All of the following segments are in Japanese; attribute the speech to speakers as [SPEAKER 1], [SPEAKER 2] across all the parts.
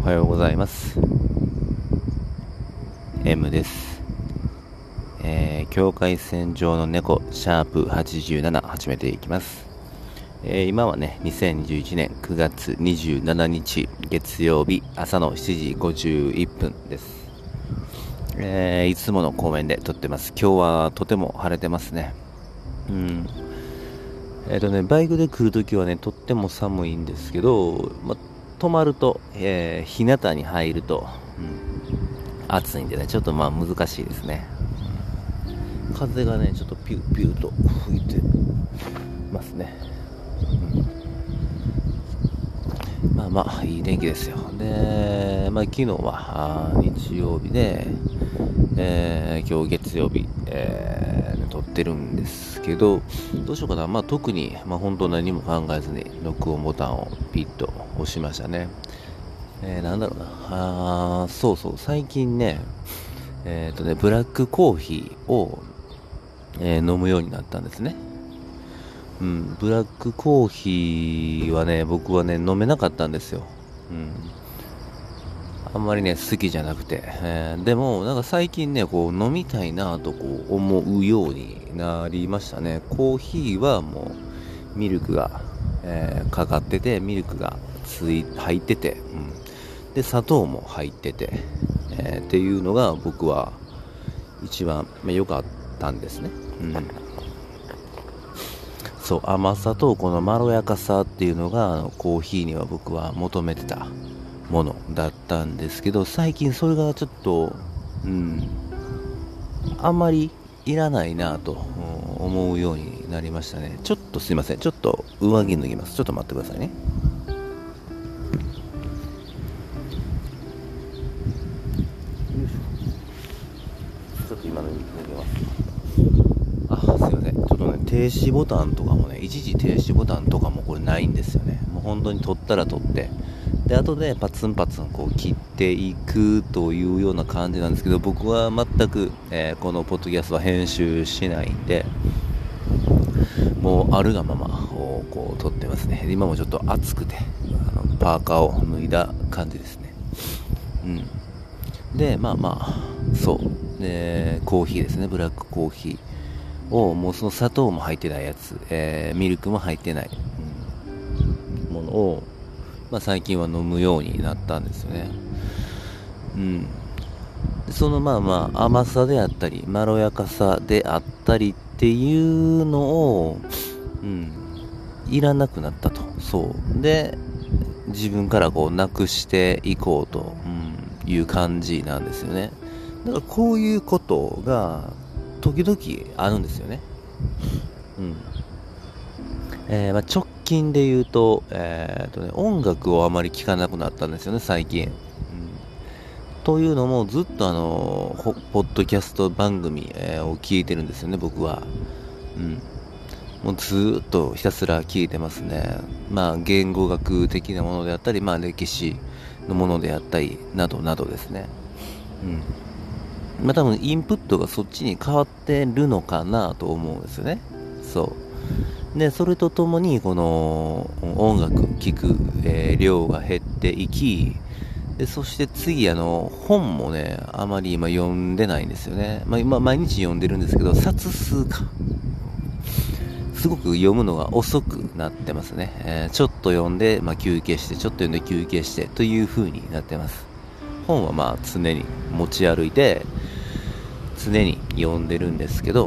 [SPEAKER 1] おはようございます。M です。境界線上の猫シャープ87始めていきます。今はね2021年9月27日月曜日朝の7時51分です。いつもの公園で撮ってます。今日はとても晴れてますね。バイクで来るときはねとっても寒いんですけど、止まると、日向に入ると、暑いんでねちょっと難しいですね。風がねちょっとピューピューと吹いてますね。いい天気ですよ。で、昨日は日曜日で、今日月曜日、撮ってるんですけど、どうしようかな。特に、本当何も考えずに録音ボタンをピッと押しましたね。なんだろうな。そう、最近ね、ブラックコーヒーを、飲むようになったんですね。ブラックコーヒーはね、僕はね、飲めなかったんですよ。あんまりね、好きじゃなくて。でも、なんか最近ね、こう、飲みたいなとこう思うようになりましたね。コーヒーはもう、ミルクが、かかってて、ミルクが入ってて、で、砂糖も入ってて、っていうのが僕は一番良かったんですね。そう、甘さとこのまろやかさっていうのがコーヒーには僕は求めてたものだったんですけど、最近それがちょっと、あんまりいらないなと思うようになりましたね。ちょっとすいません。ちょっと上着脱ぎます。ちょっと待ってくださいね。ちょっと今の脱ぎます。すいません。ちょっとね、停止ボタンとかもね、一時停止ボタンとかもこれないんですよね。もう本当に取ったら取って、で、後でパツンパツンこう切っていくというような感じなんですけど、僕は全く、このポッドキャストは編集しないんで、もうあるがままをこう撮ってますね。今もちょっと暑くて、パーカーを脱いだ感じですね。で、そう。で、コーヒーですね、ブラックコーヒー。もうその砂糖も入ってないやつ、ミルクも入ってない、ものを、最近は飲むようになったんですよね。でその甘さであったりまろやかさであったりっていうのを、いらなくなったと。そうで自分からこうなくしていこうと、いう感じなんですよね。だからこういうことが時々あるんですよね。直近で言うと、音楽をあまり聴かなくなったんですよね、最近。というのも、ずっとポッドキャスト番組、を聞いてるんですよね、僕は。もうずっとひたすら聞いてますね。言語学的なものであったり、歴史のものであったり、などなどですね。多分インプットがそっちに変わってるのかなと思うんですよね。そうでそれとともにこの音楽聴く、量が減っていき、でそして次本もねあまり今読んでないんですよね。今毎日読んでるんですけど、冊数がすごく読むのが遅くなってますね。ちょっと読んで、休憩して、ちょっと読んで休憩してという風になってます。本は常に持ち歩いて常に読んでるんですけど、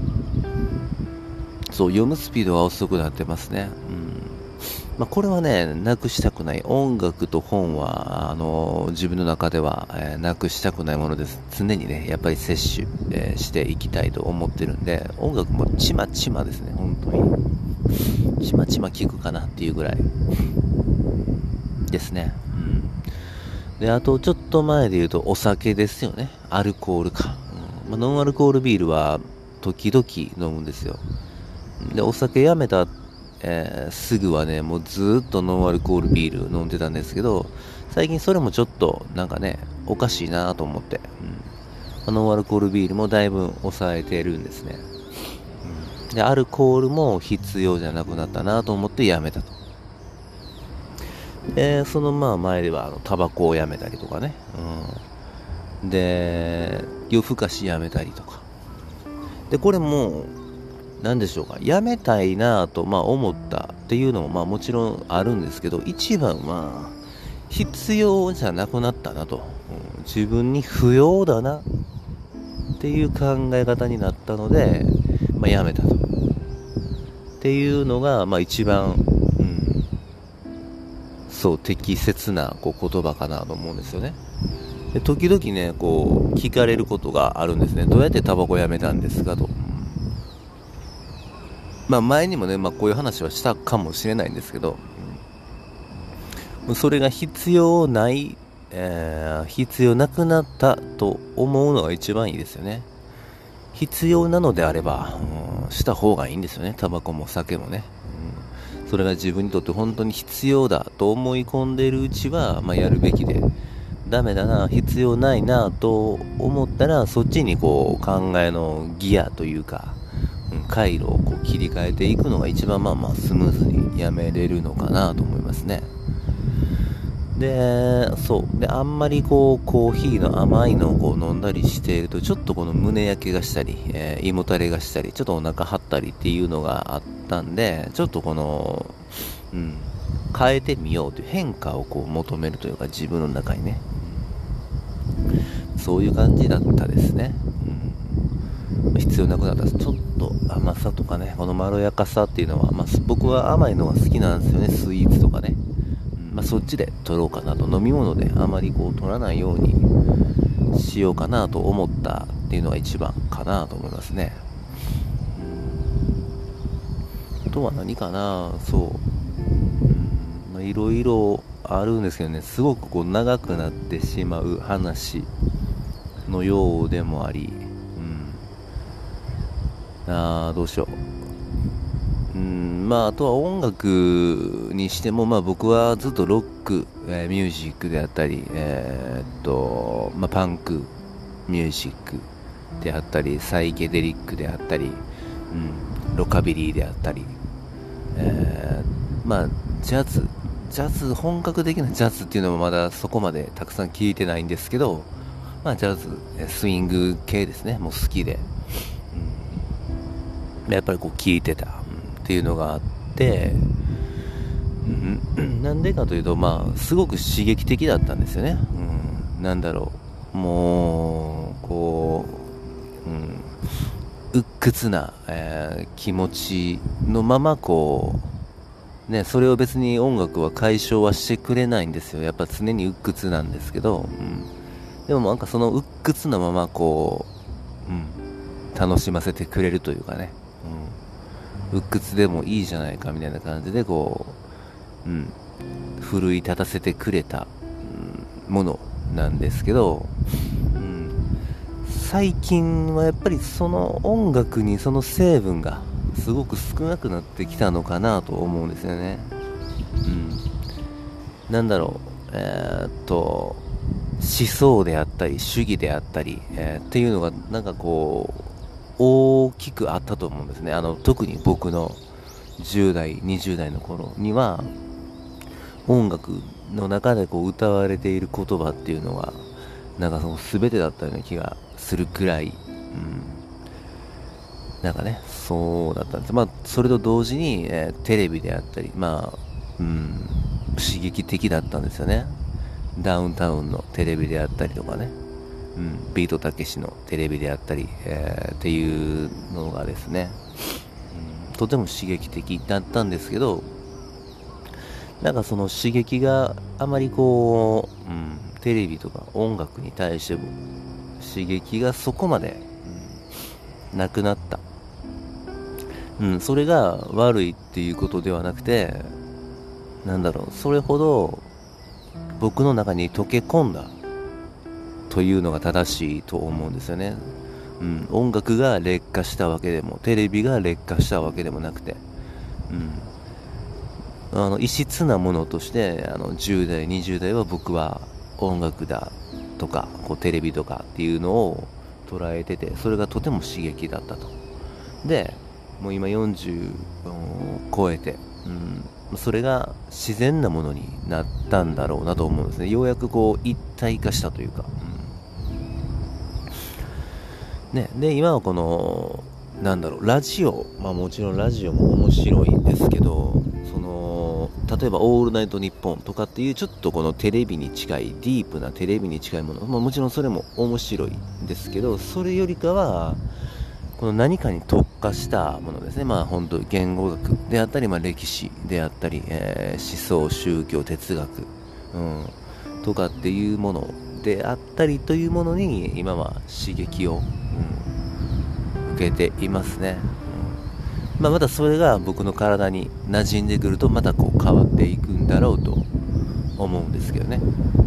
[SPEAKER 1] そう読むスピードが遅くなってますね。これはねなくしたくない。音楽と本は自分の中では、なくしたくないものです。常にねやっぱり摂取、していきたいと思ってるんで、音楽もちまちまですね。本当にちまちま聞くかなっていうぐらいですね。であとちょっと前で言うとお酒ですよね。アルコールか。ノンアルコールビールは時々飲むんですよ。でお酒やめた、すぐはねもうずっとノンアルコールビール飲んでたんですけど、最近それもちょっとなんかねおかしいなと思って、ノンアルコールビールもだいぶ抑えてるんですね。でアルコールも必要じゃなくなったなと思ってやめたと。 その前ではタバコをやめたりとかね、で夜更かしやめたりとかで、これも何でしょうか、やめたいなと思ったっていうのももちろんあるんですけど、一番は必要じゃなくなったなと、自分に不要だなっていう考え方になったので、やめたとっていうのが一番、そう適切な言葉かなと思うんですよね。で時々ね聞かれることがあるんですね。どうやってタバコやめたんですかと。前にもね、こういう話はしたかもしれないんですけど、それが必要ない、必要なくなったと思うのが一番いいですよね。必要なのであれば、した方がいいんですよね。タバコも酒もね、それが自分にとって本当に必要だと思い込んでいるうちは、やるべきで、ダメだな、必要ないなと思ったら、そっちに考えのギアというか、回路を切り替えていくのが一番スムーズにやめれるのかなと思いますね。で、そうで、あんまりコーヒーの甘いのを飲んだりしていると、ちょっと胸焼けがしたり、胃もたれがしたり、ちょっとお腹張ったりっていうのがあったんで、ちょっと変えてみようという変化を求めるというか、自分の中にね、そういう感じだったですね。必要なくなったら、ちょっと甘さとかね、このまろやかさっていうのは、僕は甘いのが好きなんですよね、スイーツとかね。そっちで取ろうかなと、飲み物であまり取らないようにしようかなと思ったっていうのが一番かなと思いますね。あとは何かな、いろいろあるんですけどね、すごく長くなってしまう話のようでもあり、どうしよう。あとは音楽にしても、僕はずっとロック、ミュージックであったり、パンクミュージックであったり、サイケデリックであったり、ロカビリーであったり、ジャズ、本格的なジャズっていうのもまだそこまでたくさん聴いてないんですけど、ジャズ、スイング系ですね、もう好きで、やっぱり聴いてた、っていうのがあって、なんでかというと、すごく刺激的だったんですよね。なんだろう、もう、鬱屈な、気持ちのままそれを別に音楽は解消はしてくれないんですよ。やっぱ常に鬱屈なんですけど、でもその鬱屈なまま楽しませてくれるというかね、鬱屈でもいいじゃないかみたいな感じで奮い立たせてくれた、ものなんですけど、最近はやっぱりその音楽にその成分がすごく少なくなってきたのかなと思うんですよね。なんだろう、思想であったり主義であったり、っていうのが大きくあったと思うんですね。特に僕の10代20代の頃には音楽の中で歌われている言葉っていうのがその全てだったような気がするくらい、そうだったんです。それと同時に、テレビであったり、刺激的だったんですよね。ダウンタウンのテレビであったりとかね、ビートたけしのテレビであったり、っていうのがですね、とても刺激的だったんですけど、その刺激があまりテレビとか音楽に対しても刺激がそこまで、なくなった、それが悪いっていうことではなくて、それほど僕の中に溶け込んだというのが正しいと思うんですよね。音楽が劣化したわけでもテレビが劣化したわけでもなくて、異質なものとして10代20代は僕は音楽だとかテレビとかっていうのを捉えてて、それがとても刺激だったと。でもう今40を超えて、 それが自然なものになったんだろうなと思うんですね。ようやくこう一体化したというか、ね、で今はこのラジオ、もちろんラジオも面白いんですけど、例えばオールナイトニッポンとかっていうちょっとこのテレビに近いディープなテレビに近いもの、もちろんそれも面白いんですけど、それよりかはこの何かに特化したものですね。本当言語学であったり、歴史であったり、思想、宗教、哲学、とかっていうものであったりというものに今は刺激を、受けていますね。またそれが僕の体に馴染んでくるとまたこう変わっていくんだろうと思うんですけどね。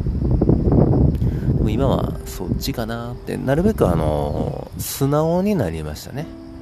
[SPEAKER 1] でも今はそっちかなって、なるべく素直になりましたね。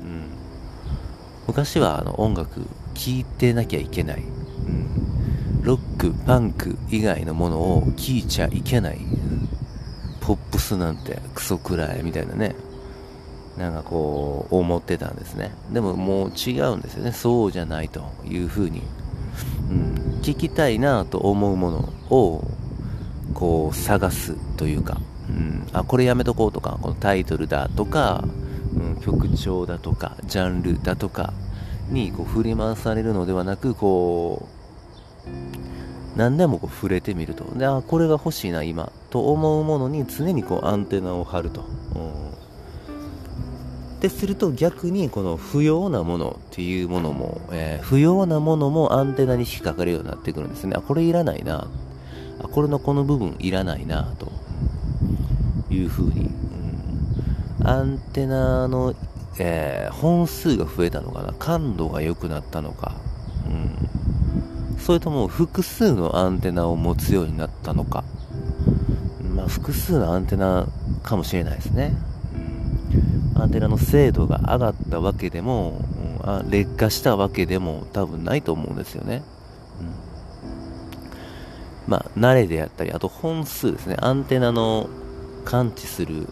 [SPEAKER 1] 昔は音楽聴いてなきゃいけない、ロックパンク以外のものを聴いちゃいけない、ポップスなんてクソくらいみたいなね、なんかこう思ってたんですね。でももう違うんですよね。そうじゃないというふうに、聞きたいなと思うものをこう探すというか、これやめとこうとか、このタイトルだとか、曲調だとかジャンルだとかにこう振り回されるのではなく、こう何でもこう触れてみると、でこれが欲しいな今と思うものに常にこうアンテナを張ると、ですると逆にこの不要なものっていうものも、不要なものもアンテナに引っかかるようになってくるんですね。これいらないな、これのこの部分いらないなという風に、アンテナの、本数が増えたのかな、感度が良くなったのか、それとも複数のアンテナを持つようになったのか、複数のアンテナかもしれないですね。アンテナの精度が上がったわけでも、劣化したわけでも多分ないと思うんですよね。慣れであったり、あと本数ですね。アンテナの感知する、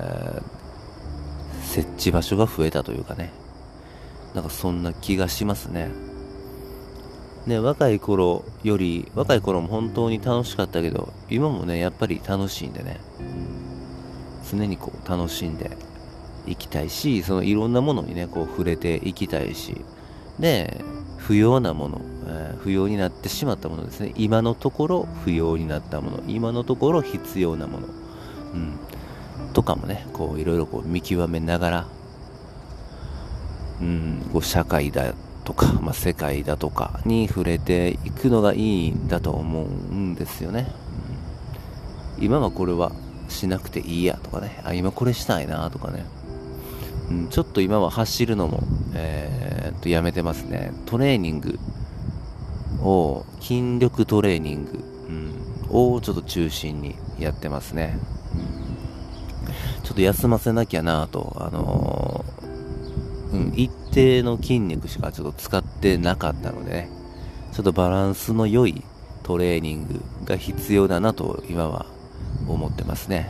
[SPEAKER 1] 設置場所が増えたというかね、なんかそんな気がしますね。若い頃も本当に楽しかったけど、今もねやっぱり楽しいんでね、常にこう楽しんでいきたいし、そのいろんなものにねこう触れていきたいし、で不要なもの、不要になってしまったものですね。今のところ不要になったもの、今のところ必要なもの、とかもね、こういろいろこう見極めながら、こう社会だとか、世界だとかに触れていくのがいいんだと思うんですよね。今はこれはしなくていいやとかね、今これしたいなとかね、ちょっと今は走るのも、やめてますね。トレーニングを、筋力トレーニング、をちょっと中心にやってますね。ちょっと休ませなきゃなと、一定の筋肉しかちょっと使ってなかったのでね、ちょっとバランスの良いトレーニングが必要だなと今は思ってますね。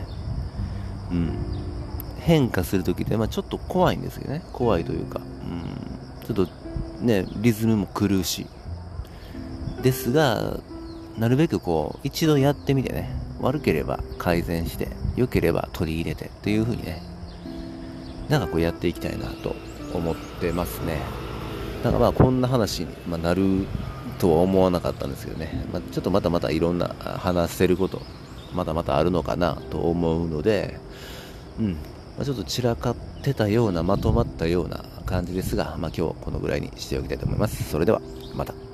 [SPEAKER 1] 変化するときって、ちょっと怖いんですけどね。怖いというか、ちょっとね、リズムも狂うし。ですが、なるべくこう、一度やってみてね、悪ければ改善して、良ければ取り入れてっていう風にね、なんかこうやっていきたいなと思ってますね。なんかこんな話に、なるとは思わなかったんですけどね。ちょっとまたいろんな話せること、まだあるのかなと思うので、ちょっと散らかってたような、まとまったような感じですが、今日はこのぐらいにしておきたいと思います。それでは、また。